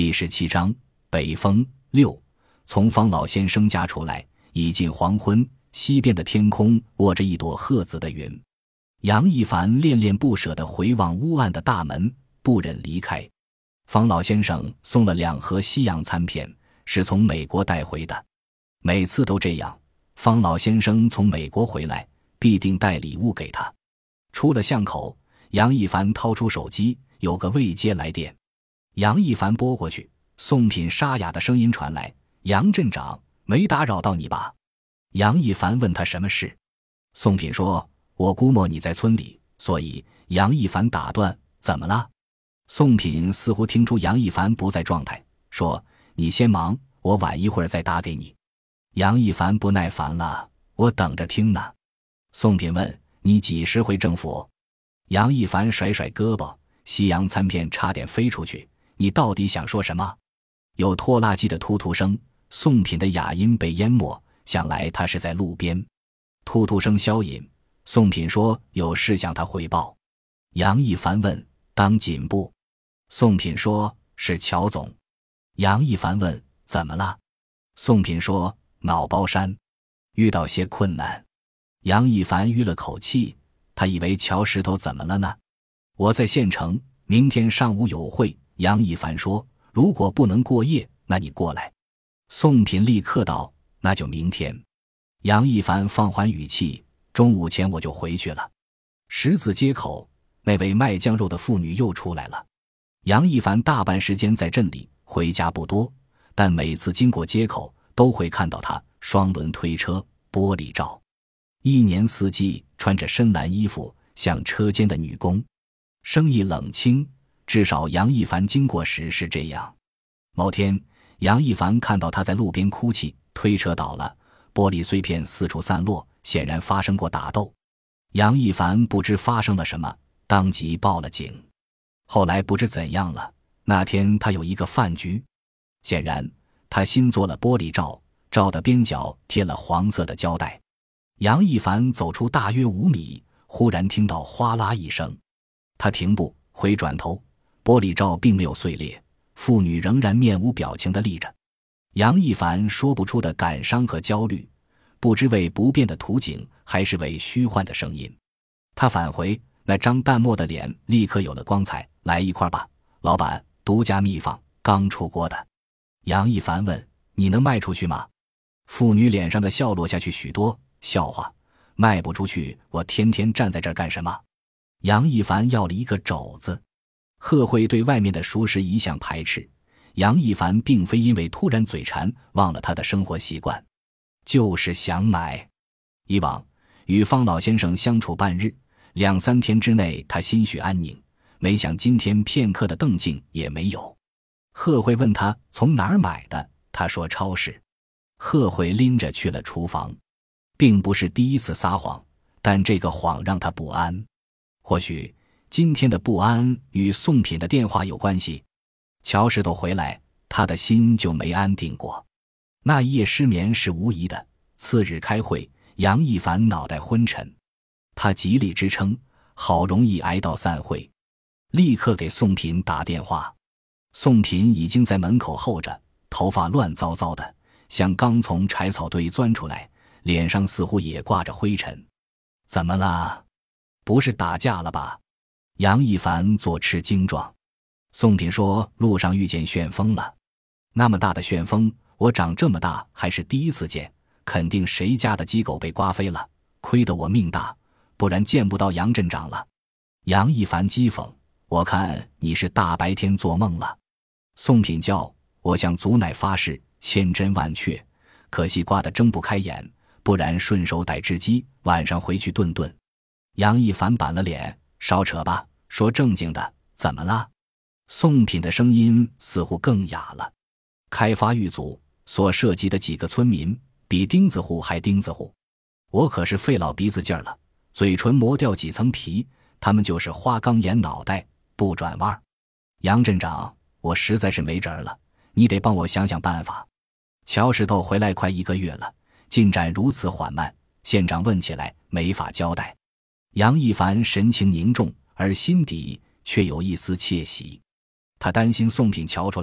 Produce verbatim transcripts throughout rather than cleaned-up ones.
第十七章北风。六，从方老先生家出来，已近黄昏，西边的天空握着一朵褐紫的云。杨一凡恋恋不舍地回望乌暗的大门，不忍离开。方老先生送了两盒西洋餐片，是从美国带回的。每次都这样，方老先生从美国回来，必定带礼物给他。出了巷口，杨一凡掏出手机，有个未接来电。杨一凡拨过去，宋品沙哑的声音传来：杨镇长，没打扰到你吧？杨一凡问他什么事。宋品说：我估摸你在村里，所以杨一凡打断：怎么了？宋品似乎听出杨一凡不在状态，说：你先忙，我晚一会儿再打给你。杨一凡不耐烦了：我等着听呢。宋品问：你几时回政府？杨一凡甩甩胳膊：西洋餐片差点飞出去，你到底想说什么？有拖拉机的突突声，宋品的哑音被淹没，想来他是在路边。突突声消隐，宋品说有事向他汇报。杨一凡问：当紧部？宋品说：是乔总。杨一凡问：怎么了？宋品说：脑包山遇到些困难。杨一凡吁了口气，他以为乔石头怎么了呢？我在县城，明天上午有会。杨一凡说：如果不能过夜，那你过来。宋品立刻道：那就明天。杨一凡放缓语气：中午前我就回去了。十字街口，那位卖酱肉的妇女又出来了。杨一凡大半时间在镇里，回家不多，但每次经过街口都会看到她双轮推车，玻璃罩，一年四季穿着深蓝衣服，像车间的女工，生意冷清，至少杨一凡经过时是这样。某天，杨一凡看到她在路边哭泣，推车倒了，玻璃碎片四处散落，显然发生过打斗。杨一凡不知发生了什么，当即报了警。后来不知怎样了，那天他有一个饭局，显然他新做了玻璃罩，罩的边角贴了黄色的胶带。杨一凡走出大约五米，忽然听到哗啦一声，他停步，回转头，玻璃罩并没有碎裂，妇女仍然面无表情地立着。杨一凡说不出的感伤和焦虑，不知为不变的图景，还是为虚幻的声音。他返回，那张淡漠的脸立刻有了光彩。来一块吧，老板，独家秘方，刚出锅的。杨一凡问：你能卖出去吗？妇女脸上的笑落下去许多，笑话，卖不出去，我天天站在这儿干什么？杨一凡要了一个肘子。贺慧对外面的熟食一向排斥，杨一凡并非因为突然嘴馋忘了他的生活习惯，就是想买。以往与方老先生相处半日，两三天之内他心绪安宁，没想今天片刻的动静也没有。贺慧问他从哪儿买的，他说超市。贺慧拎着去了厨房，并不是第一次撒谎，但这个谎让他不安。或许今天的不安与宋品的电话有关系。乔石头回来，他的心就没安定过。那一夜失眠是无疑的，次日开会，杨一凡脑袋昏沉，他极力支撑，好容易挨到散会，立刻给宋品打电话。宋品已经在门口候着，头发乱糟糟的，像刚从柴草堆钻出来，脸上似乎也挂着灰尘。怎么了？不是打架了吧？杨一凡坐吃惊状。宋品说路上遇见旋风了。那么大的旋风，我长这么大还是第一次见，肯定谁家的鸡狗被刮飞了，亏得我命大，不然见不到杨镇长了。杨一凡讥讽：我看你是大白天做梦了。宋品叫：我向祖奶发誓，千真万确，可惜刮得睁不开眼，不然顺手逮只鸡，晚上回去炖炖。杨一凡板了脸：少扯吧，说正经的，怎么了？宋品的声音似乎更哑了。开发狱组所涉及的几个村民比钉子户还钉子户，我可是费老鼻子劲儿了，嘴唇磨掉几层皮，他们就是花岗岩脑袋不转弯。杨镇长，我实在是没辙了，你得帮我想想办法。乔石头回来快一个月了，进展如此缓慢，县长问起来没法交代。杨一凡神情凝重，而心底却有一丝窃喜。他担心宋品瞧出来，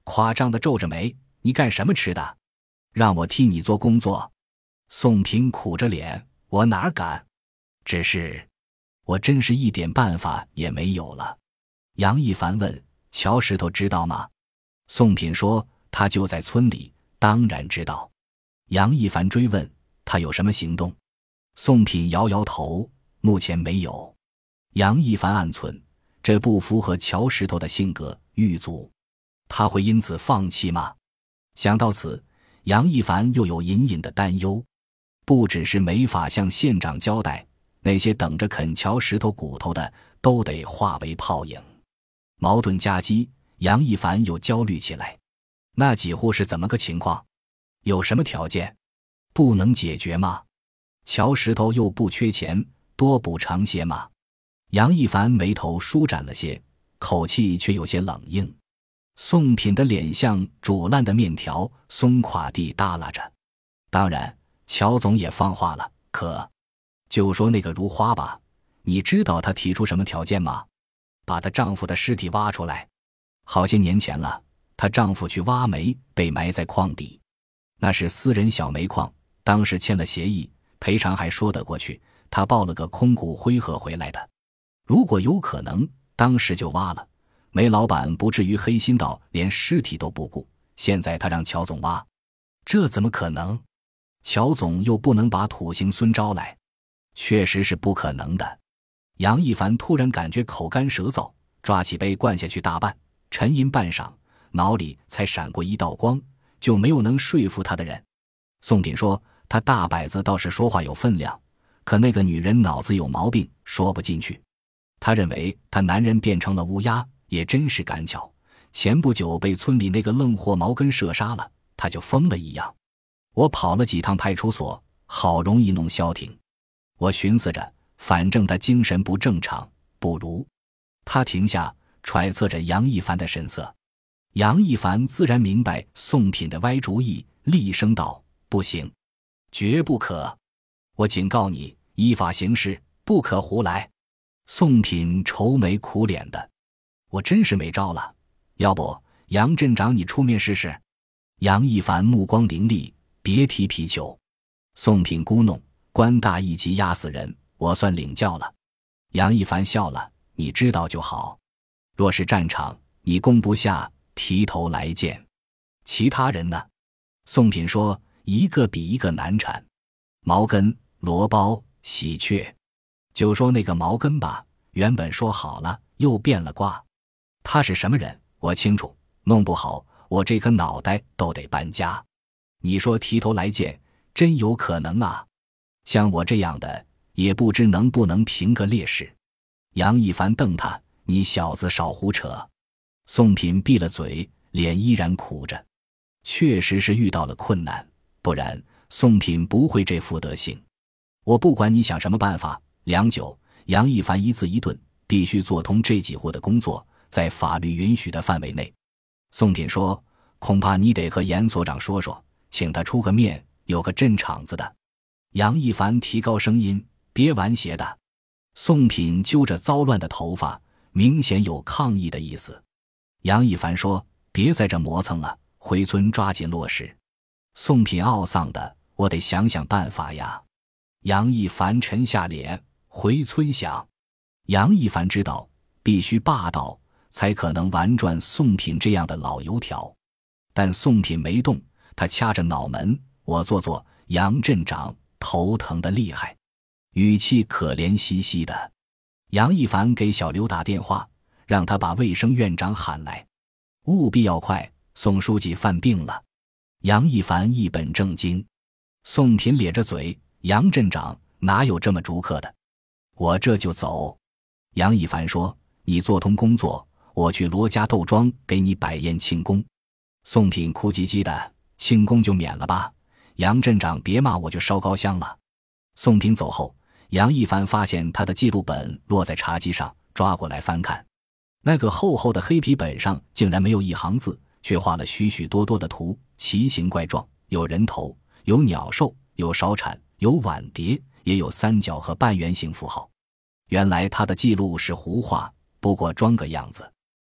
夸张地皱着眉：“你干什么吃的？让我替你做工作？”宋平苦着脸：“我哪敢？只是我真是一点办法也没有了。”杨一凡问：“乔石头知道吗？”宋品说：“他就在村里，当然知道。”杨一凡追问：“他有什么行动？”宋品摇摇头：“目前没有。”杨一凡暗忖，这不符合乔石头的性格，狱卒他会因此放弃吗？想到此，杨一凡又有隐隐的担忧，不只是没法向县长交代，那些等着啃乔石头骨头的都得化为泡影。矛盾夹击，杨一凡又焦虑起来。那几户是怎么个情况？有什么条件？不能解决吗？乔石头又不缺钱，多补偿些吗？杨一凡眉头舒展了些，口气却有些冷硬。宋品的脸像煮烂的面条，松垮地耷拉着。当然，乔总也放话了，可就说那个如花吧，你知道她提出什么条件吗？把她丈夫的尸体挖出来。好些年前了，她丈夫去挖煤，被埋在矿底，那是私人小煤矿，当时签了协议，赔偿还说得过去，她抱了个空骨灰盒回来的。如果有可能，当时就挖了，煤老板不至于黑心到连尸体都不顾。现在他让乔总挖，这怎么可能？乔总又不能把土行孙招来，确实是不可能的。杨一凡突然感觉口干舌燥，抓起杯灌下去大半，沉吟半晌，脑里才闪过一道光，就没有能说服他的人。宋品说，他大摆子倒是说话有分量，可那个女人脑子有毛病，说不进去。他认为他男人变成了乌鸦，也真是赶巧，前不久被村里那个愣货毛根射杀了，他就疯了一样。我跑了几趟派出所，好容易弄消停。我寻思着，反正他精神不正常，不如……他停下，揣测着杨一凡的神色。杨一凡自然明白宋品的歪主意，厉声道：“不行，绝不可！我警告你，依法行事，不可胡来。”宋品愁眉苦脸的：“我真是没招了，要不杨镇长你出面试试？”杨一凡目光凌厉：“别提皮球。”宋品咕哝：“官大一级压死人，我算领教了。”杨一凡笑了：“你知道就好。若是战场，你攻不下，提头来见。其他人呢？”宋品说：“一个比一个难产，毛根、罗包、喜鹊。就说那个毛根吧，原本说好了，又变了卦。他是什么人，我清楚，弄不好我这颗脑袋都得搬家。你说提头来见，真有可能啊。像我这样的，也不知能不能评个烈士。”杨一凡瞪他：“你小子少胡扯。”宋品闭了嘴，脸依然苦着。确实是遇到了困难，不然宋品不会这副德行。我不管你想什么办法，良久，杨一凡一字一顿：“必须做通这几户的工作，在法律允许的范围内。”宋品说：“恐怕你得和严所长说说，请他出个面，有个镇场子的。”杨一凡提高声音：“别玩邪的。”宋品揪着糟乱的头发，明显有抗议的意思。杨一凡说：“别在这磨蹭了，回村抓紧落实。”宋品懊丧的：“我得想想办法呀。”杨一凡沉下脸：“回村想。”杨一凡知道，必须霸道，才可能玩转宋品这样的老油条。但宋品没动，他掐着脑门：“我做做杨镇长，头疼得厉害。”语气可怜兮兮的。杨一凡给小刘打电话，让他把卫生院长喊来，务必要快，宋书记犯病了。杨一凡一本正经。宋品咧着嘴：“杨镇长哪有这么逐客的？我这就走。”杨一凡说：“你做通工作，我去罗家豆庄给你摆宴庆功。”宋品哭唧唧的：“庆功就免了吧，杨镇长别骂我就烧高香了。”宋品走后，杨一凡发现他的记录本落在茶几上，抓过来翻看。那个厚厚的黑皮本上竟然没有一行字，却画了许许多多的图，奇形怪状，有人头，有鸟兽，有勺铲，有碗碟，也有三角和半圆形符号。原来他的记录是胡画，不过装个样子。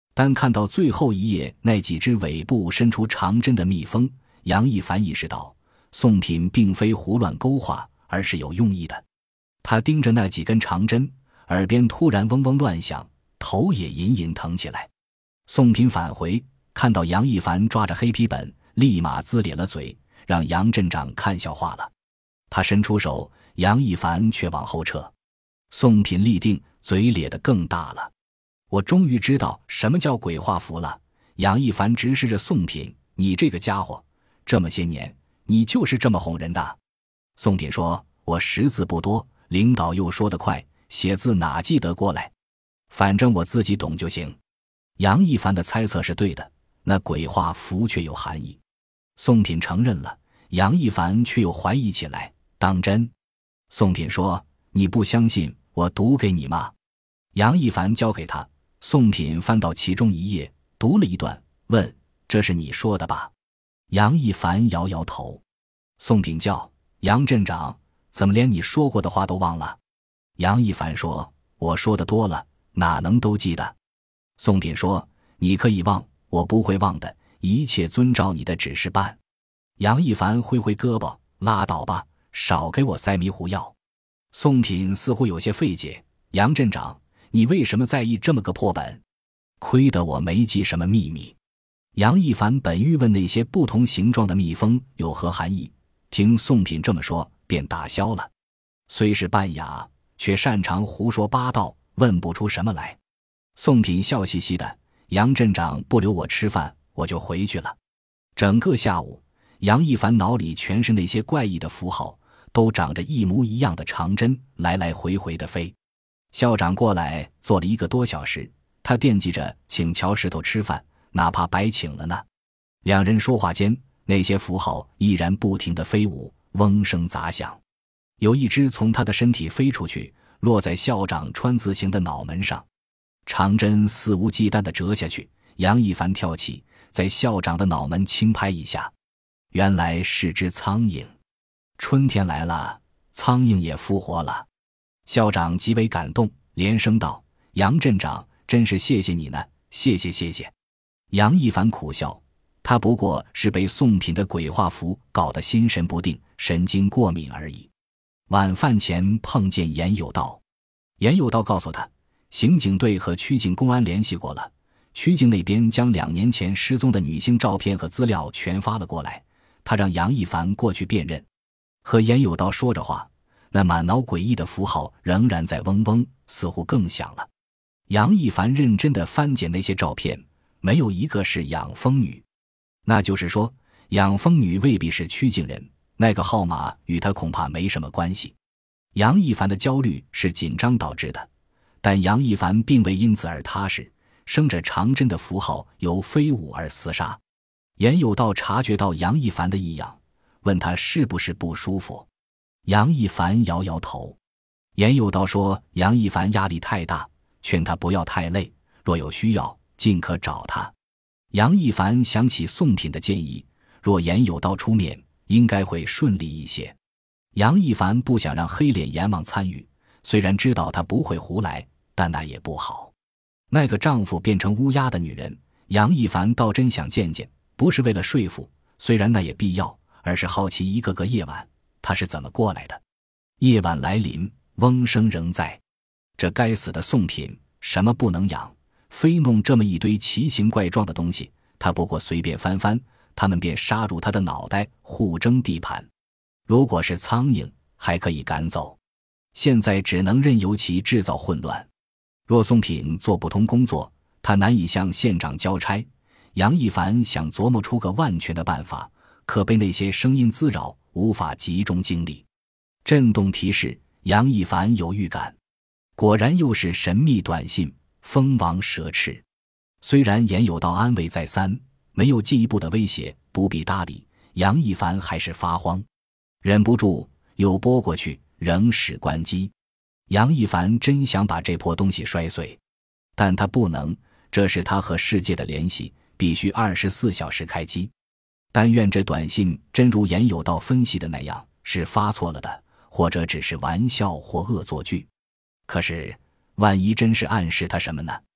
单看到最后一页那几只尾部伸出长针的蜜蜂，杨一凡意识到宋品并非胡乱勾画，而是有用意的。他盯着那几根长针，耳边突然嗡嗡乱响，头也隐隐疼起来。宋品返回，看到杨一凡抓着黑皮本，立马龇咧了嘴，让杨镇长看笑话了。他伸出手，杨一凡却往后撤。宋品立定，嘴咧得更大了。我终于知道什么叫鬼画符了。杨一凡直视着宋品，你这个家伙，这么些年你就是这么哄人的。宋品说，我识字不多，领导又说得快，写字哪记得过来，反正我自己懂就行。杨一凡的猜测是对的，那鬼画符却有含义。宋品承认了，杨一凡却又怀疑起来，当真？宋品说，你不相信我读给你吗？杨一凡交给他，宋品翻到其中一页，读了一段，问，这是你说的吧？杨一凡摇摇头。宋品叫，杨镇长，怎么连你说过的话都忘了？杨一凡说，我说的多了，哪能都记得？宋品说，你可以忘，我不会忘的，一切遵照你的指示办。杨一凡挥挥胳膊，拉倒吧，少给我塞迷糊药。宋品似乎有些费解，杨镇长，你为什么在意这么个破本？亏得我没记什么秘密。杨一凡本欲问那些不同形状的蜜蜂有何含义，听宋品这么说，便打消了。虽是半哑，却擅长胡说八道，问不出什么来。宋品笑嘻嘻的，杨镇长不留我吃饭，我就回去了。整个下午，杨一凡脑里全是那些怪异的符号，都长着一模一样的长针，来来回回的飞。校长过来坐了一个多小时，他惦记着请乔石头吃饭，哪怕白请了呢。两人说话间，那些符号依然不停地飞舞，嗡声杂响。有一只从他的身体飞出去，落在校长川字形的脑门上。长针肆无忌惮地折下去，杨一凡跳起，在校长的脑门轻拍一下。原来是只苍蝇。春天来了，苍蝇也复活了。校长极为感动，连声道，杨镇长，真是谢谢你呢，谢谢谢谢。杨一凡苦笑，他不过是被宋品的鬼画符搞得心神不定，神经过敏而已。晚饭前碰见严有道，严有道告诉他，刑警队和曲靖公安联系过了，曲靖那边将两年前失踪的女星照片和资料全发了过来，他让杨一凡过去辨认。和严有道说着话，那满脑诡异的符号仍然在嗡嗡，似乎更响了。杨一凡认真地翻检那些照片，没有一个是养蜂女。那就是说，养蜂女未必是曲靖人，那个号码与他恐怕没什么关系。杨一凡的焦虑是紧张导致的，但杨一凡并未因此而踏实，生着长针的符号由飞舞而厮杀。严有道察觉到杨一凡的异样，问他是不是不舒服。杨一凡摇摇头。严有道说杨一凡压力太大，劝他不要太累，若有需要尽可找他。杨一凡想起宋品的建议，若严有道出面，应该会顺利一些。杨一凡不想让黑脸阎王参与，虽然知道他不会胡来，但那也不好。那个丈夫变成乌鸦的女人，杨一凡倒真想见见，不是为了说服，虽然那也必要，而是好奇一个个夜晚他是怎么过来的。夜晚来临，嗡声仍在。这该死的宋品什么不能养，非弄这么一堆奇形怪状的东西，他不过随便翻翻，他们便杀入他的脑袋，互争地盘。如果是苍蝇还可以赶走，现在只能任由其制造混乱。若宋品做不通工作，他难以向县长交差。杨一凡想琢磨出个万全的办法，可被那些声音滋扰，无法集中精力。震动提示，杨一凡有预感，果然又是神秘短信，蜂王蛇翅。虽然严有道安慰再三，没有进一步的威胁，不必搭理，杨一凡还是发慌，忍不住又拨过去，仍使关机。杨一凡真想把这破东西摔碎，但他不能，这是他和世界的联系，必须二十四小时开机。但愿这短信真如严有道分析的那样，是发错了的，或者只是玩笑或恶作剧。可是万一真是暗示他什么呢？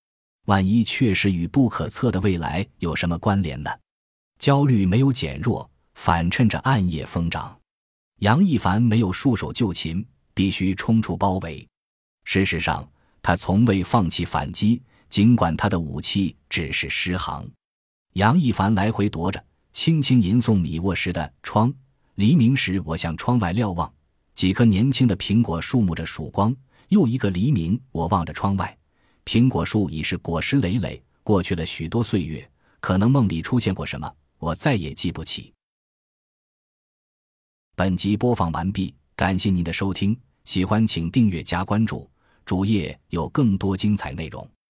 万一确实与不可测的未来有什么关联呢？焦虑没有减弱，反趁着暗夜疯长。杨一凡没有束手就擒，必须冲出包围。事实上，他从未放弃反击，尽管他的武器只是诗行。杨一凡来回踱着，轻轻吟诵米沃什的窗。黎明时，我向窗外瞭望，几棵年轻的苹果树沐着曙光。又一个黎明，我望着窗外，苹果树已是果实累累，过去了许多岁月，可能梦里出现过什么，我再也记不起。本集播放完毕，感谢您的收听，喜欢请订阅加关注，主页有更多精彩内容。